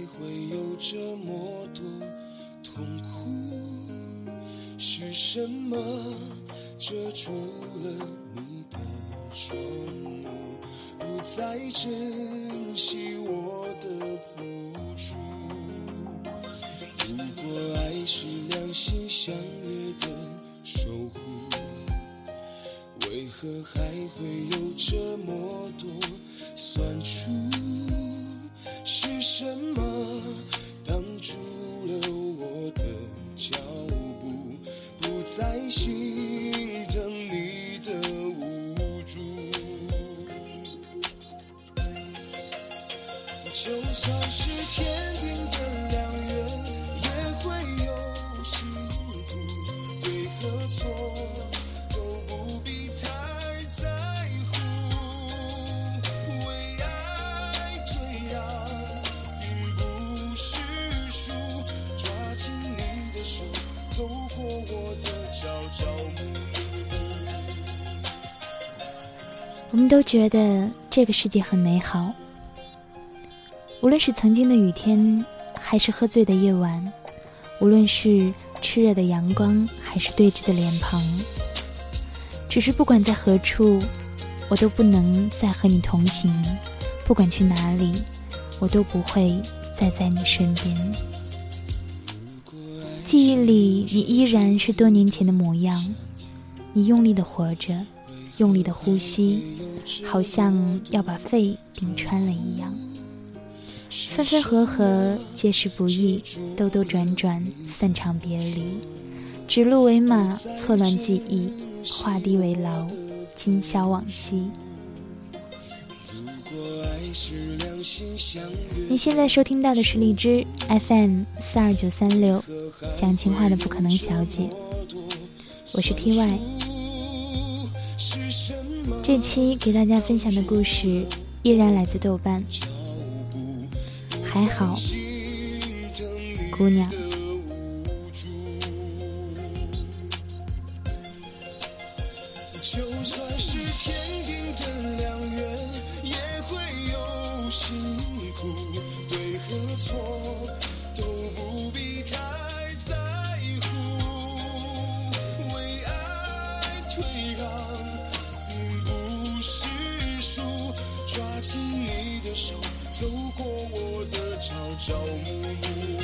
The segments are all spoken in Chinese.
会有这么多痛苦？是什么遮住了你的双目，不再珍惜我的付出？如果爱是两心相约的守护，为何还会有这么多酸楚？是什么挡住了我的脚步，不再心疼你的无助？就算是天定的良缘，也会有辛苦，对和错都不必太在乎。为爱退让并不是输，抓紧你的手，走过我的朝朝暮暮。 我们都觉得这个世界很美好，无论是曾经的雨天，还是喝醉的夜晚，无论是炽热的阳光，还是对峙的脸庞，只是不管在何处，我都不能再和你同行，不管去哪里，我都不会再在你身边。记忆里你依然是多年前的模样，你用力地活着，用力地呼吸，好像要把肺顶穿了一样。分分合合，皆是不易，兜兜转转，散场别离。指鹿为马，错乱记忆，画地为牢，今宵往昔。你现在收听到的是荔枝 FM 42936讲情话的不可能小姐，我是 TY。 这期给大家分享的故事依然来自豆瓣，还好姑娘。 就算是天定的良缘，也会有辛苦，对和错都不必太在乎。为爱退让并不是输，抓紧你的手，走过我的朝朝暮暮。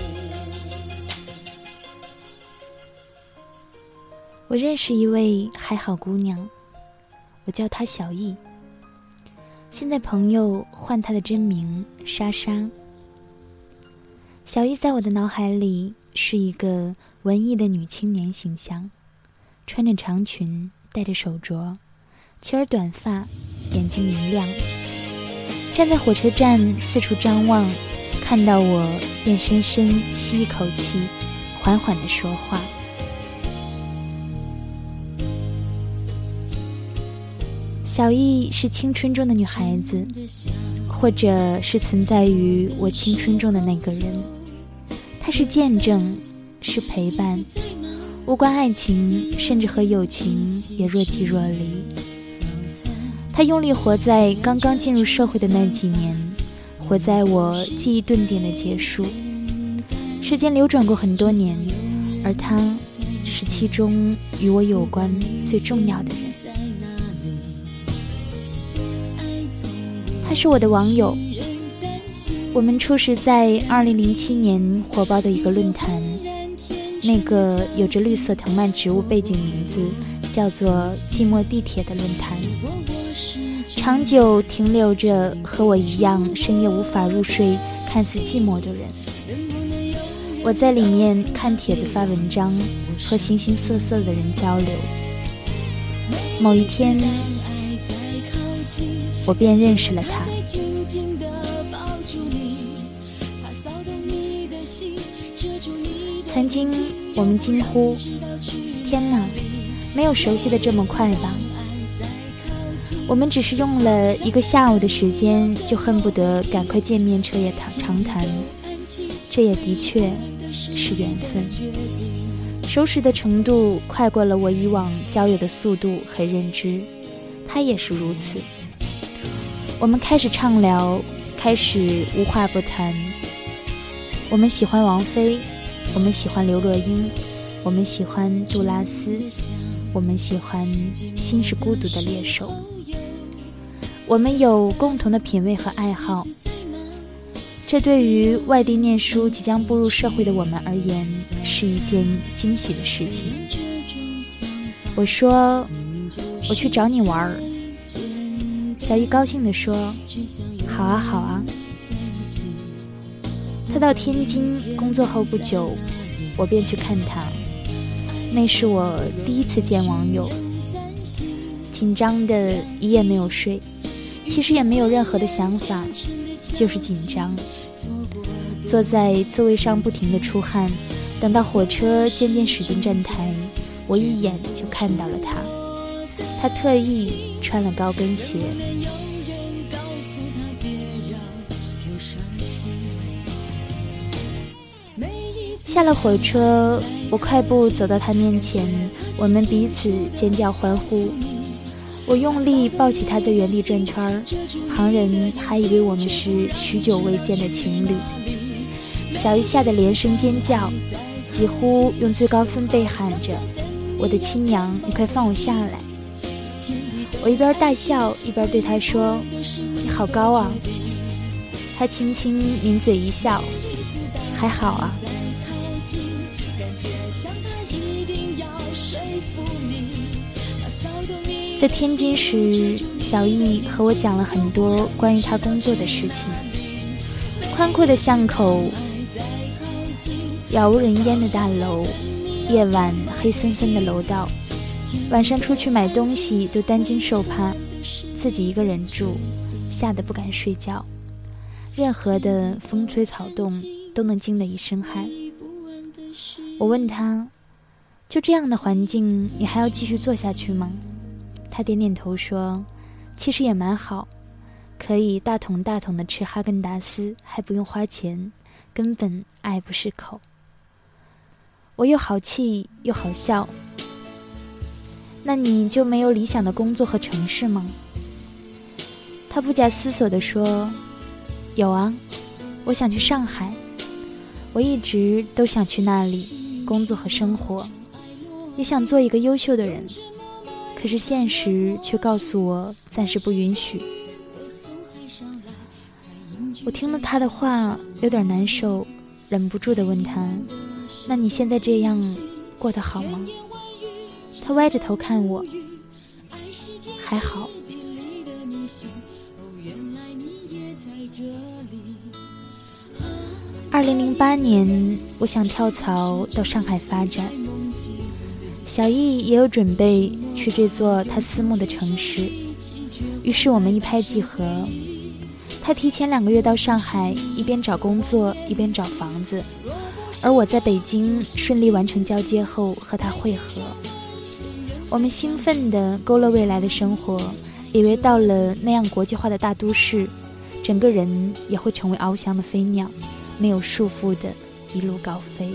我认识一位还好姑娘，我叫她小易，现在朋友唤她的真名莎莎。小易在我的脑海里是一个文艺的女青年形象，穿着长裙，戴着手镯，齐耳短发，眼睛明亮，站在火车站四处张望，看到我便深深吸一口气，缓缓地说话。小易是青春中的女孩子，或者是存在于我青春中的那个人。她是见证，是陪伴，无关爱情，甚至和友情也若即若离。她用力活在刚刚进入社会的那几年，活在我记忆顿点的结束。时间流转过很多年，而她是其中与我有关最重要的人。他是我的网友，我们初识在2007年火爆的一个论坛，那个有着绿色藤蔓植物背景名字叫做寂寞地铁的论坛，长久停留着和我一样深夜无法入睡看似寂寞的人。我在里面看帖子发文章，和形形色色的人交流。某一天我便认识了他。曾经我们惊呼，天哪，没有熟悉的这么快吧。我们只是用了一个下午的时间，就恨不得赶快见面彻夜长谈，这也的确是缘分。熟识的程度快过了我以往交友的速度和认知，他也是如此。我们开始畅聊，开始无话不谈， 我们喜欢王菲，我们喜欢刘若英，我们喜欢杜拉斯，我们喜欢心是孤独的猎手。我们有共同的品味和爱好，这对于外地念书即将步入社会的我们而言是一件惊喜的事情。我说我去找你玩，小易高兴地说好啊好啊。他到天津工作后不久，我便去看他，那是我第一次见网友，紧张的一夜没有睡，其实也没有任何的想法，就是紧张。坐在座位上不停地出汗，等到火车渐渐驶进站台，我一眼就看到了他。他特意穿了高跟鞋。下了火车，我快步走到他面前，我们彼此尖叫欢呼。我用力抱起他在原地转圈，旁人还以为我们是许久未见的情侣。小易吓得连声尖叫，几乎用最高分贝喊着我的亲娘，你快放我下来。我一边大笑一边对他说你好高啊。他轻轻抿嘴一笑，还好啊。在天津时，小易和我讲了很多关于他工作的事情。宽阔的巷口，杳无人烟的大楼，夜晚黑森森的楼道，晚上出去买东西都担惊受怕，自己一个人住，吓得不敢睡觉，任何的风吹草动都能惊得一身汗。我问他，就这样的环境你还要继续做下去吗？他点点头说，其实也蛮好，可以大桶大桶的吃哈根达斯，还不用花钱，根本爱不释口。我又好气又好笑，那你就没有理想的工作和城市吗？他不假思索地说，有啊，我想去上海，我一直都想去那里工作和生活，也想做一个优秀的人，可是现实却告诉我暂时不允许。我听了他的话有点难受，忍不住地问他，那你现在这样过得好吗？他歪着头看我，还好。2008年，我想跳槽到上海发展，小易也有准备去这座他思慕的城市，于是我们一拍即合。他提前2个月到上海，一边找工作一边找房子，而我在北京顺利完成交接后和他会合。我们兴奋地勾勒未来的生活，以为到了那样国际化的大都市，整个人也会成为翱翔的飞鸟，没有束缚的一路高飞。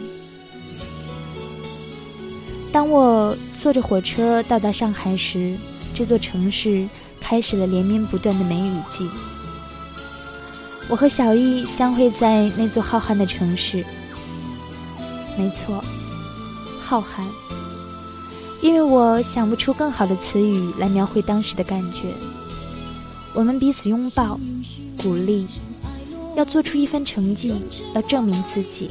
当我坐着火车到达上海时，这座城市开始了连绵不断的梅雨季。我和小易相会在那座浩瀚的城市，没错，浩瀚，因为我想不出更好的词语来描绘当时的感觉。我们彼此拥抱，鼓励，要做出一番成绩，要证明自己。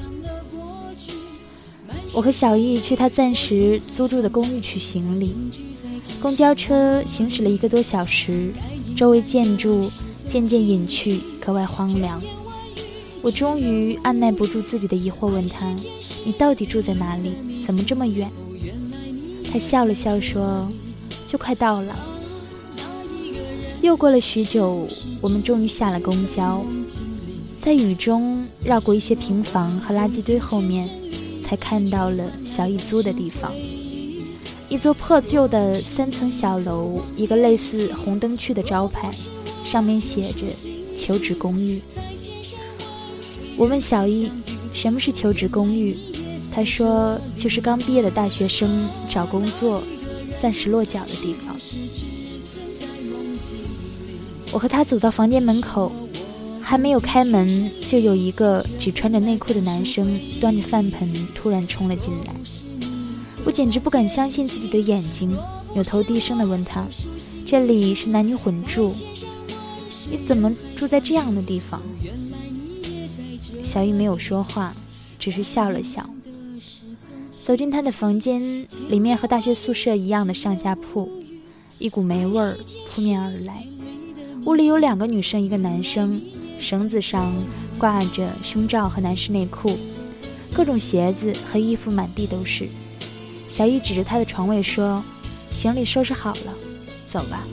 我和小易去他暂时租住的公寓取行李，公交车行驶了1个多小时，周围建筑渐渐隐去，格外荒凉。我终于按耐不住自己的疑惑，问他，你到底住在哪里？怎么这么远？他笑了笑说，就快到了。又过了许久，我们终于下了公交，在雨中绕过一些平房和垃圾堆后面，才看到了小易租的地方，一座破旧的3层小楼，一个类似红灯区的招牌，上面写着求职公寓。我问小易，什么是求职公寓？他说，就是刚毕业的大学生找工作暂时落脚的地方。我和他走到房间门口， 还没有开门，就有一个只穿着内裤的男生端着饭盆突然冲了进来。我简直不敢相信自己的眼睛，扭头低声地问他，这里是男女混住，你怎么住在这样的地方？小易没有说话，只是笑了笑。走进他的房间，里面和大学宿舍一样的上下铺，一股霉味儿扑面而来。屋里有2个女生，1个男生，绳子上挂着胸罩和男士内裤，各种鞋子和衣服满地都是。小易指着他的床位说，行李收拾好了，走吧。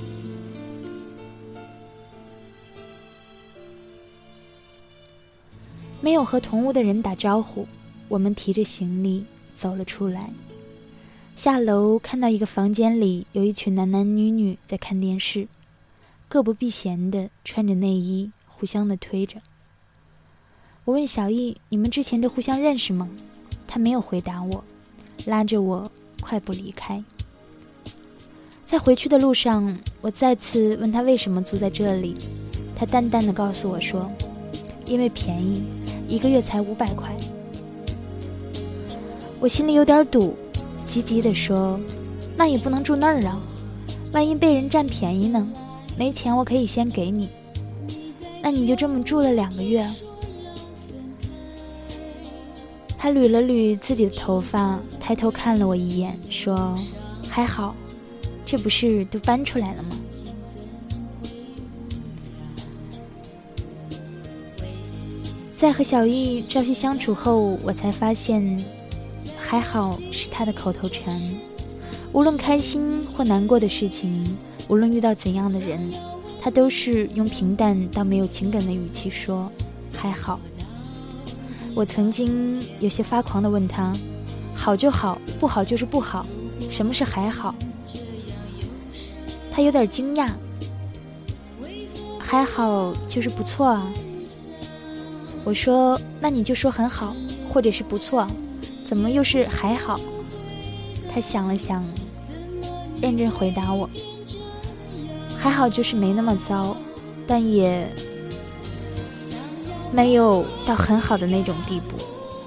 没有和同屋的人打招呼，我们提着行李走了出来。下楼看到一个房间里有一群男男女女在看电视，各不避嫌的穿着内衣，互相的推着。我问小易，你们之前都互相认识吗？他没有回答我，拉着我快步离开。在回去的路上，我再次问他为什么租在这里，他淡淡的告诉我说，因为便宜，1个月才500块。我心里有点堵，急急地说，那也不能住那儿啊，万一被人占便宜呢？没钱我可以先给你。那你就这么住了2个月？他捋了捋自己的头发，抬头看了我一眼，说，还好，这不是都搬出来了吗？在和小易朝夕相处后，我才发现，还好是他的口头禅。无论开心或难过的事情，无论遇到怎样的人，他都是用平淡到没有情感的语气说，还好。我曾经有些发狂地问他，好就好，不好就是不好，什么是还好？他有点惊讶，还好就是不错啊。我说，那你就说很好，或者是不错，怎么又是还好？他想了想，认真回答我，还好就是没那么糟，但也没有到很好的那种地步。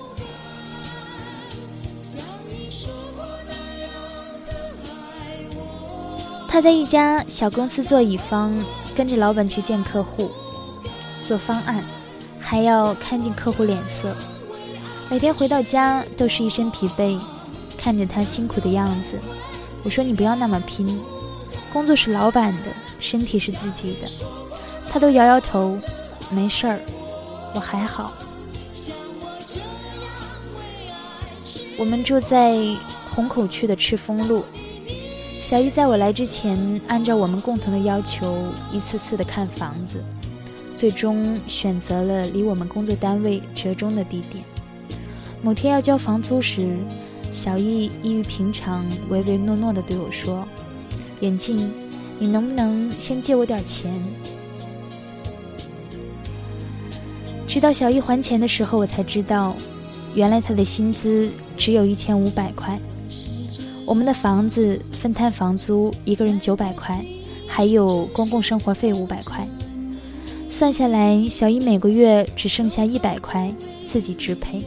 他在一家小公司做乙方，跟着老板去见客户，做方案，还要看尽客户脸色。每天回到家都是一身疲惫，看着他辛苦的样子，我说，你不要那么拼，工作是老板的，身体是自己的。他都摇摇头，没事儿，我还好。我们住在虹口区的赤峰路。小易在我来之前，按照我们共同的要求，一次次的看房子，最终选择了离我们工作单位折中的地点。某天要交房租时，小易异于平常，唯唯诺诺地对我说，眼镜，你能不能先借我点钱？直到小易还钱的时候，我才知道，原来他的薪资只有1500块。我们的房子分摊房租，1个人900块，还有公共生活费500块，算下来，小易每个月只剩下100块自己支配。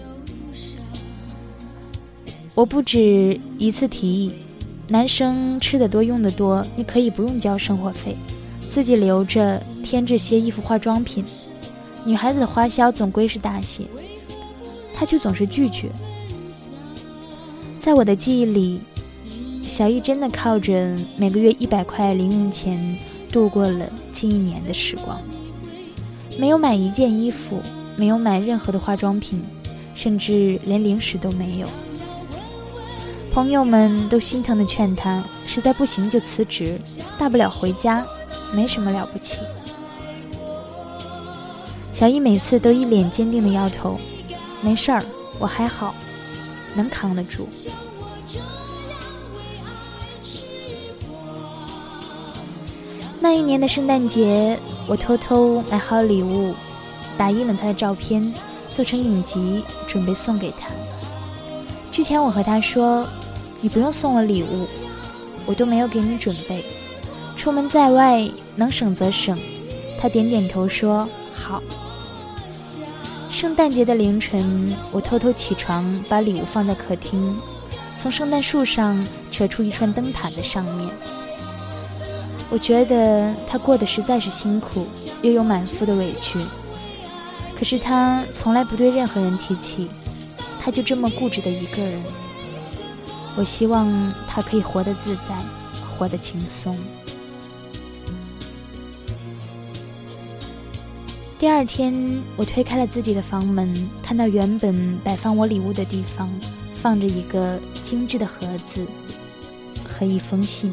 我不止一次提议，男生吃得多用得多，你可以不用交生活费，自己留着添置些衣服化妆品，女孩子的花销总归是大些，他却总是拒绝。在我的记忆里，小易真的靠着每个月100块零用钱度过了近1年的时光，没有买1件衣服，没有买任何的化妆品，甚至连零食都没有。朋友们都心疼地劝他，实在不行就辞职，大不了回家，没什么了不起。小易每次都一脸坚定地摇头，没事儿，我还好，能扛得住。那一年的圣诞节，我偷偷买好礼物，打印了他的照片，做成影集，准备送给他。之前我和他说，你不用送我礼物，我都没有给你准备，出门在外能省则省。他点点头说好。 圣诞节的凌晨，我偷偷起床，把礼物放在客厅，从圣诞树上扯出一串灯塔在上面。我觉得他过得实在是辛苦，又有满腹的委屈。可是他从来不对任何人提起，他就这么固执的一个人。我希望他可以活得自在，活得轻松。第二天，我推开了自己的房门，看到原本摆放我礼物的地方放着一个精致的盒子和一封信。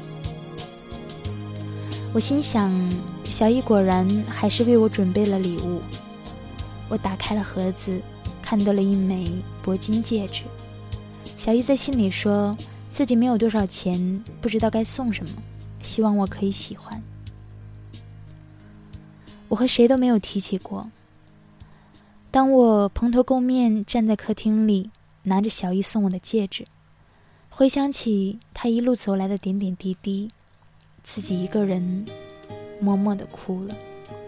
我心想，小易果然还是为我准备了礼物。我打开了盒子，看到了一枚铂金戒指。小易在信里说自己没有多少钱，不知道该送什么，希望我可以喜欢。我和谁都没有提起过。当我蓬头垢面站在客厅里，拿着小易送我的戒指，回想起他一路走来的点点滴滴，自己一个人默默地哭了。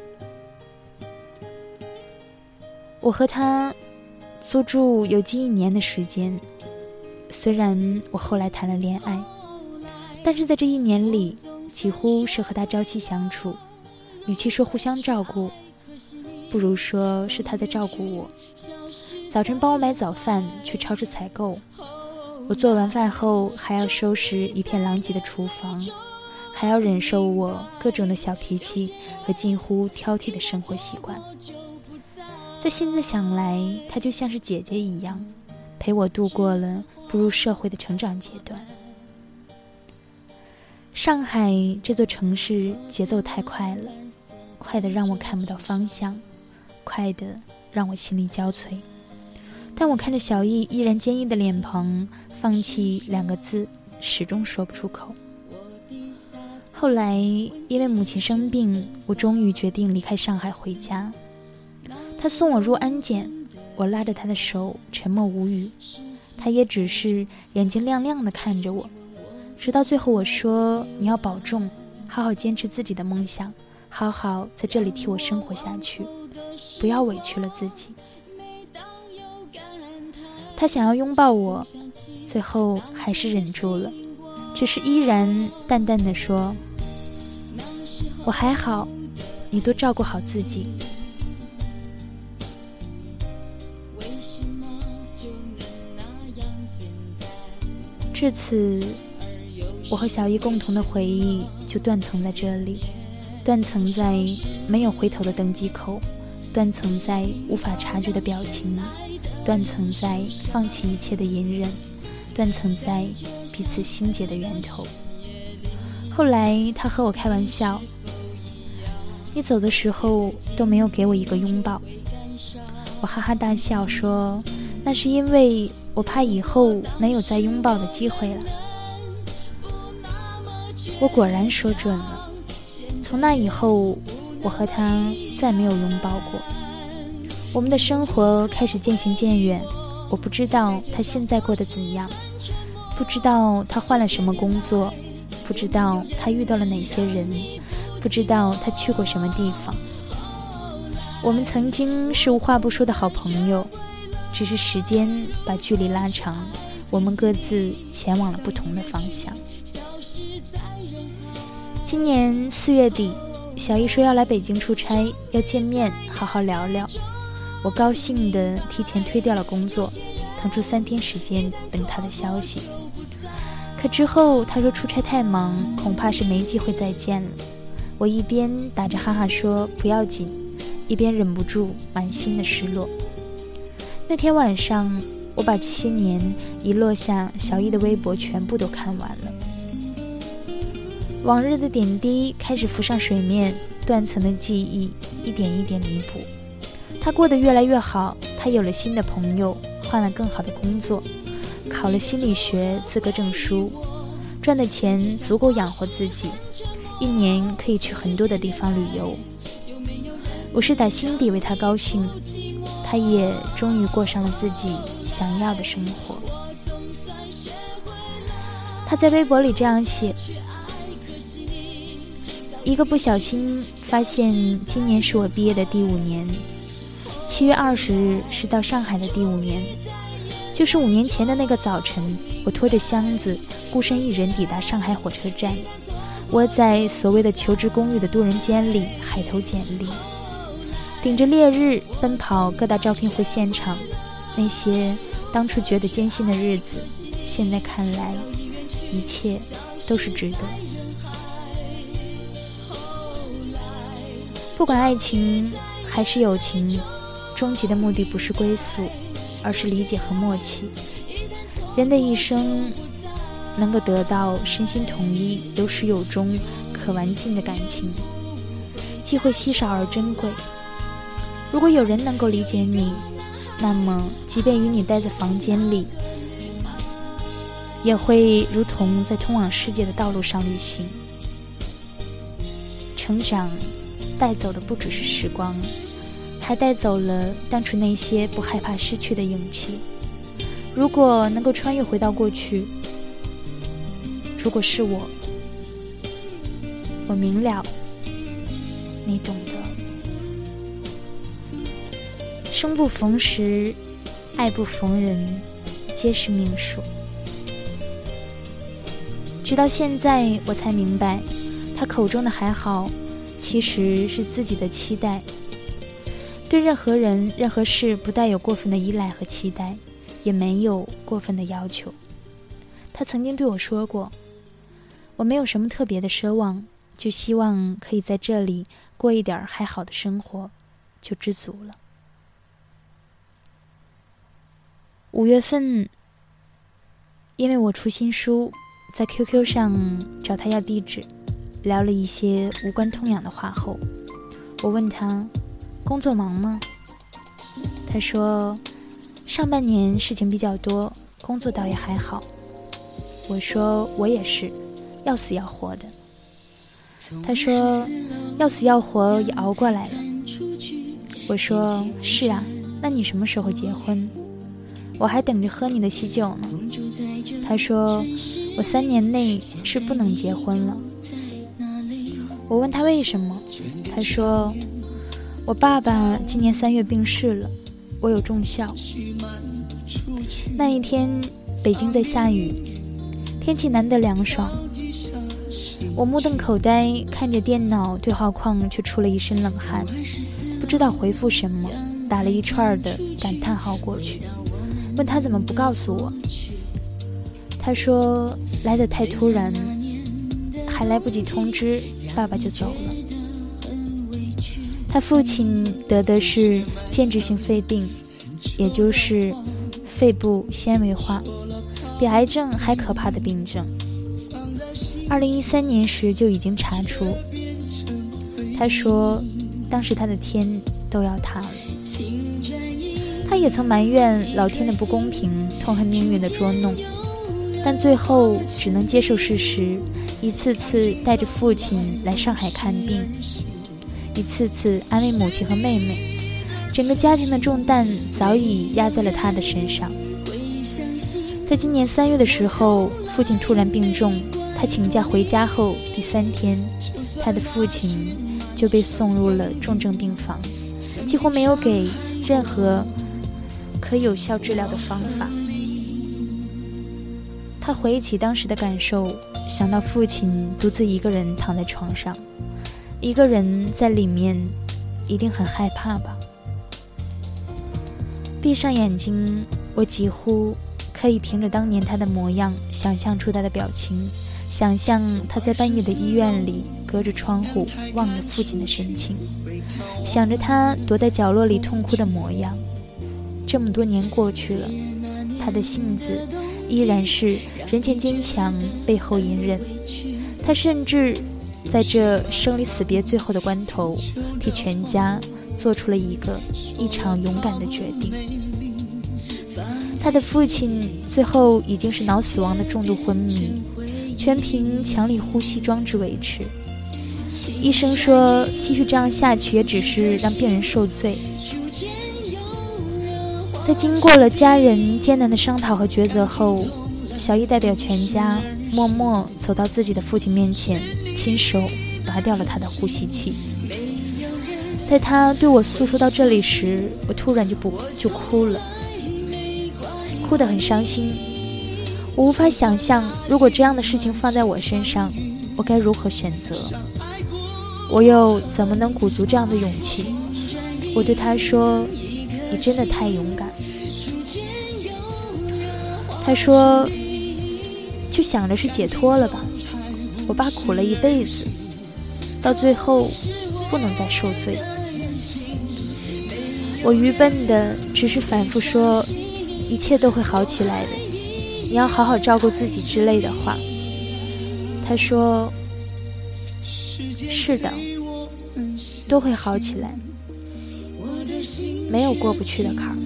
我和他租住有近1年的时间，虽然我后来谈了恋爱，但是在这1年里，几乎是和他朝夕相处。与其说互相照顾，不如说是他在照顾我。早晨帮我买早饭，去超市采购，我做完饭后还要收拾一片狼藉的厨房，还要忍受我各种的小脾气和近乎挑剔的生活习惯。在现在想来，他就像是姐姐一样，陪我度过了步入社会的成长阶段。上海这座城市节奏太快了，快得让我看不到方向，快得让我心力交瘁。但我看着小易依然坚毅的脸庞，放弃2个字始终说不出口。后来因为母亲生病，我终于决定离开上海回家。他送我入安检，我拉着他的手沉默无语，他也只是眼睛亮亮地看着我，直到最后我说，你要保重，好好坚持自己的梦想，好好在这里替我生活下去，不要委屈了自己。他想要拥抱我，最后还是忍住了，只是依然淡淡地说，我还好，你多照顾好自己。至此，我和小易共同的回忆就断层在这里，断层在没有回头的登机口，断层在无法察觉的表情，断层在放弃一切的隐忍，断层在彼此心结的源头。后来他和我开玩笑，你走的时候都没有给我一个拥抱。我哈哈大笑说，那是因为我怕以后没有再拥抱的机会了。我果然说准了，从那以后，我和他再没有拥抱过。我们的生活开始渐行渐远，我不知道他现在过得怎样，不知道他换了什么工作，不知道他遇到了哪些人，不知道他去过什么地方。我们曾经是无话不说的好朋友，只是时间把距离拉长，我们各自前往了不同的方向。今年4月底，小易说要来北京出差，要见面好好聊聊。我高兴地提前推掉了工作，腾出3天时间等他的消息。可之后他说出差太忙，恐怕是没机会再见了。我一边打着哈哈说不要紧，一边忍不住满心的失落。那天晚上，我把这些年遗落下小易的微博全部都看完了。往日的点滴开始浮上水面，断层的记忆一点一点弥补。他过得越来越好，他有了新的朋友，换了更好的工作，考了心理学资格证书，赚的钱足够养活自己，1年可以去很多的地方旅游。我是打心底为他高兴，他也终于过上了自己想要的生活。他在微博里这样写，一个不小心发现今年是我毕业的第5年， 7月20日是到上海的第5年，就是5年前的那个早晨，我拖着箱子孤身一人抵达上海火车站，窝在所谓的求职公寓的多人间里海投简历，顶着烈日奔跑各大招聘会现场。那些当初觉得艰辛的日子，现在看来一切都是值得。不管爱情还是友情，终极的目的不是归宿，而是理解和默契。人的一生能够得到身心统一、有始有终、可玩尽的感情，机会稀少而珍贵。如果有人能够理解你，那么即便与你待在房间里，也会如同在通往世界的道路上旅行。成长带走的不只是时光，还带走了当初那些不害怕失去的勇气。如果能够穿越回到过去，如果是我明了，你懂得。生不逢时，爱不逢人，皆是命数。直到现在我才明白，他口中的还好，其实是自己的期待。对任何人任何事不带有过分的依赖和期待，也没有过分的要求。他曾经对我说过，我没有什么特别的奢望，就希望可以在这里过一点还好的生活，就知足了。5月份，因为我出新书，在 QQ 上找他要地址，聊了一些无关痛痒的话后，我问他工作忙吗？他说上半年事情比较多，工作倒也还好。我说我也是，要死要活的。他说要死要活也熬过来了。我说是啊，那你什么时候结婚？我还等着喝你的喜酒呢。他说我3年内是不能结婚了。我问他为什么，他说我爸爸今年3月病逝了，我有重孝。那一天北京在下雨，天气难得凉爽，我目瞪口呆看着电脑对话框，却出了一身冷汗，不知道回复什么，打了一串的感叹号过去，问他怎么不告诉我。他说来得太突然，还来不及通知，爸爸就走了。他父亲得的是间质性肺病，也就是肺部纤维化，比癌症还可怕的病症。2013年时就已经查出。他说当时他的天都要塌了。他也曾埋怨老天的不公平，痛恨命运的捉弄，但最后只能接受事实，一次次带着父亲来上海看病，一次次安慰母亲和妹妹，整个家庭的重担早已压在了他的身上。在今年3月的时候，父亲突然病重，他请假回家后第3天，他的父亲就被送入了重症病房，几乎没有给任何可有效治疗的方法。他回忆起当时的感受，想到父亲独自一个人躺在床上，一个人在里面一定很害怕吧。闭上眼睛，我几乎可以凭着当年他的模样想象出他的表情，想象他在半夜的医院里隔着窗户望着父亲的神情，想着他躲在角落里痛哭的模样。这么多年过去了，他的性子依然是人前坚强，背后隐忍。他甚至在这生离死别最后的关头，替全家做出了一个异常勇敢的决定。他的父亲最后已经是脑死亡的重度昏迷，全凭强力呼吸装置维持。医生说继续这样下去也只是让病人受罪。在经过了家人艰难的商讨和抉择后，小易代表全家默默走到自己的父亲面前，亲手拔掉了他的呼吸器。 在他对我诉说到这里时，我突然就哭了，哭得很伤心。我无法想象，如果这样的事情放在我身上，我该如何选择？我又怎么能鼓足这样的勇气？我对他说：“你真的太勇敢。”他说：“就想着是解脱了吧。我爸苦了一辈子，到最后不能再受罪。”我愚笨的只是反复说：“一切都会好起来的，你要好好照顾自己之类的话。”他说：“是的，都会好起来，没有过不去的坎儿。”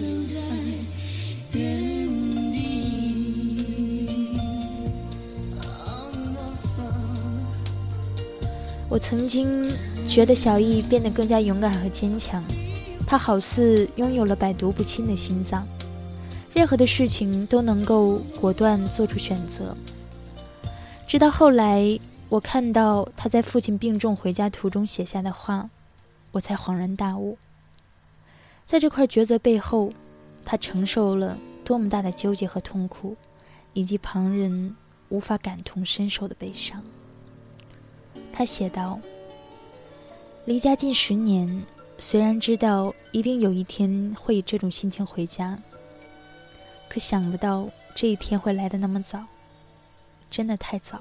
我曾经觉得小易变得更加勇敢和坚强，他好似拥有了百毒不侵的心脏，任何的事情都能够果断做出选择。直到后来，我看到他在父亲病重回家途中写下的话，我才恍然大悟。在这块抉择背后，他承受了多么大的纠结和痛苦，以及旁人无法感同身受的悲伤。他写道：“离家近10年，虽然知道一定有一天会以这种心情回家，可想不到这一天会来得那么早，真的太早。”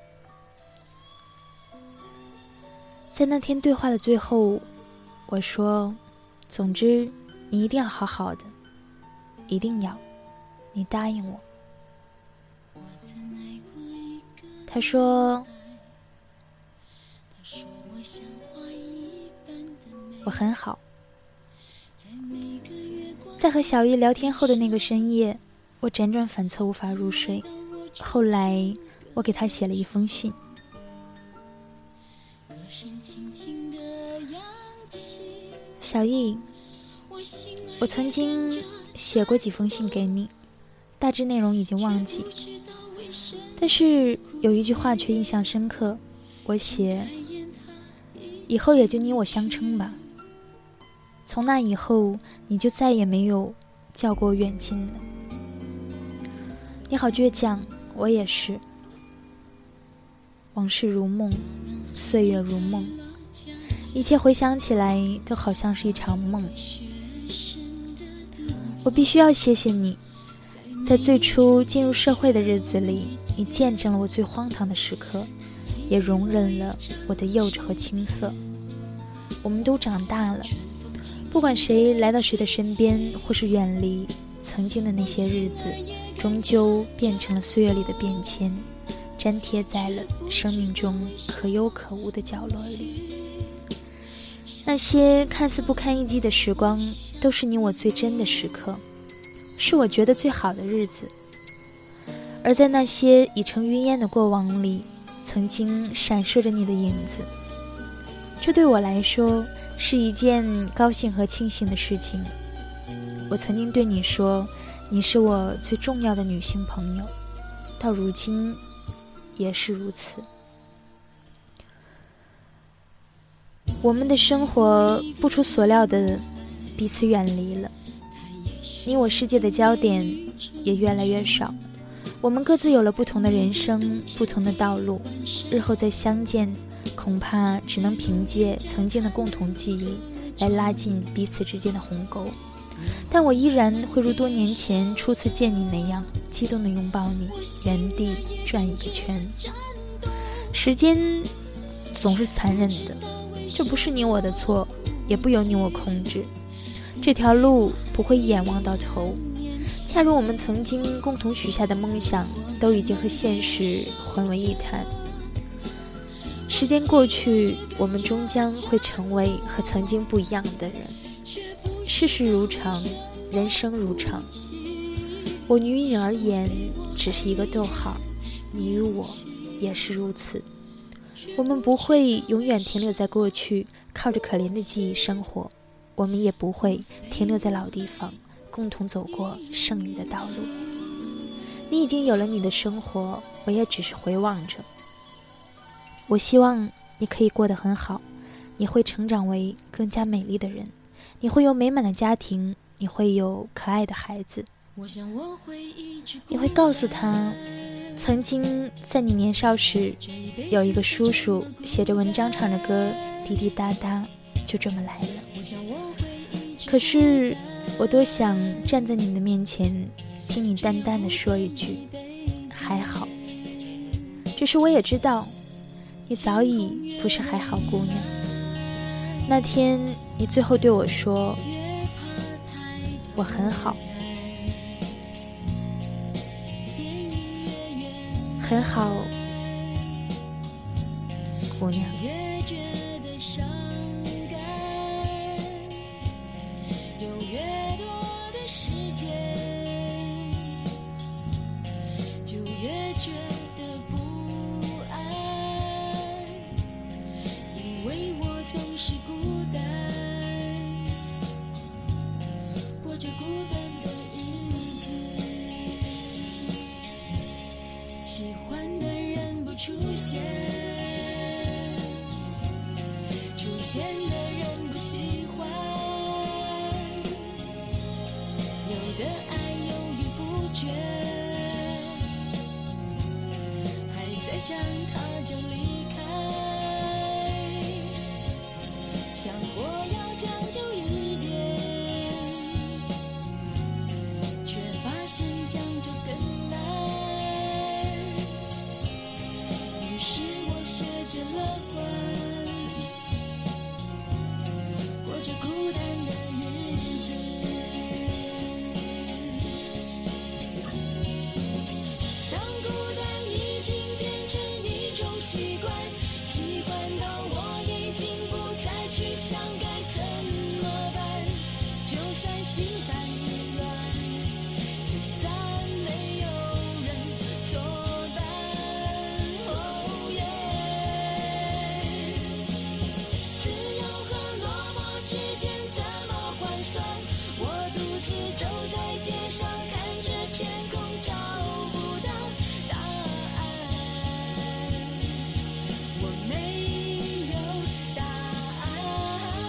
在那天对话的最后，我说：“总之，你一定要好好的，一定要，你答应我。”他说：“我很好。”在和小易聊天后的那个深夜，我辗转反侧无法入睡。后来我给他写了一封信。小易，我曾经写过几封信给你，大致内容已经忘记，但是有一句话却印象深刻。我写：“以后也就你我相称吧。”从那以后，你就再也没有叫过我远近了。你好倔强，我也是。往事如梦，岁月如梦，一切回想起来都好像是一场梦。我必须要谢谢你，在最初进入社会的日子里，你见证了我最荒唐的时刻，也容忍了我的幼稚和青涩。我们都长大了，不管谁来到谁的身边，或是远离，曾经的那些日子终究变成了岁月里的便签，粘贴在了生命中可有可无的角落里。那些看似不堪一击的时光，都是你我最真的时刻，是我觉得最好的日子。而在那些已成云烟的过往里，曾经闪烁着你的影子。这对我来说是一件高兴和庆幸的事情。我曾经对你说，你是我最重要的女性朋友，到如今也是如此。我们的生活不出所料的彼此远离了，你我世界的焦点也越来越少，我们各自有了不同的人生，不同的道路，日后再相见，恐怕只能凭借曾经的共同记忆来拉近彼此之间的鸿沟。但我依然会如多年前初次见你那样激动地拥抱你，原地转一个圈。时间总是残忍的，这不是你我的错，也不由你我控制。这条路不会一眼望到头，恰如我们曾经共同许下的梦想，都已经和现实混为一谈。时间过去，我们终将会成为和曾经不一样的人。世事如常，人生如常。我于你而言只是一个逗号，你与我也是如此。我们不会永远停留在过去，靠着可怜的记忆生活，我们也不会停留在老地方，共同走过剩余的道路。你已经有了你的生活，我也只是回望着。我希望你可以过得很好， 你会成长为更加美丽的人，你会有美满的家庭，你会有可爱的孩子。你会告诉他，曾经在你年少时，有一个叔叔写着文章唱着歌，滴滴答答就这么来了。可是我多想站在你的面前，听你淡淡的说一句还好。只是我也知道，你早已不是还好姑娘。那天你最后对我说，我很好，很好，姑娘。 想他就离开，想过要将就一点，却发现将就更难。于是我学着乐观，过着孤单的日子。当孤单已经变成一种习惯，习惯到我已经不再去想该怎么办。就算心烦意乱，就算没有人作伴。哦耶，自由和落寞之间怎么换算？我独自走在街上，看着天空，找不到答案。我没有答案。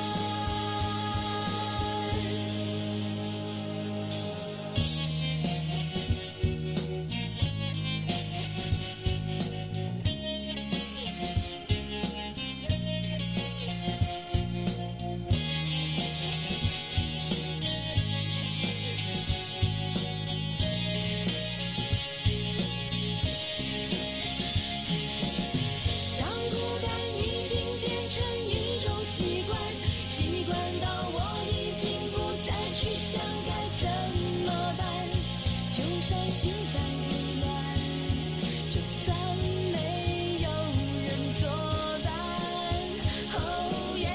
当孤单已经变成一种习惯，习惯到我已经不再去想该怎么办。就算心烦意乱，就算没有人作伴。哦耶，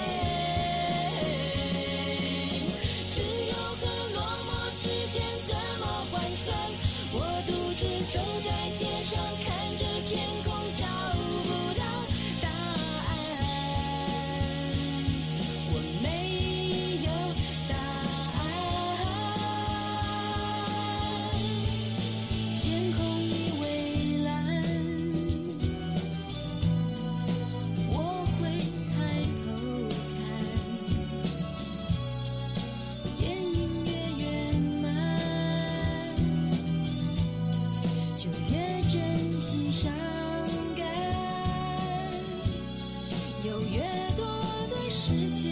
自由和落寞之间怎么换算？我独自走在街上，看着天空，找不到答案。我没有答案。天空已蔚蓝，我会抬头看，电影越圆满，就越珍惜伤感，有越多的时间。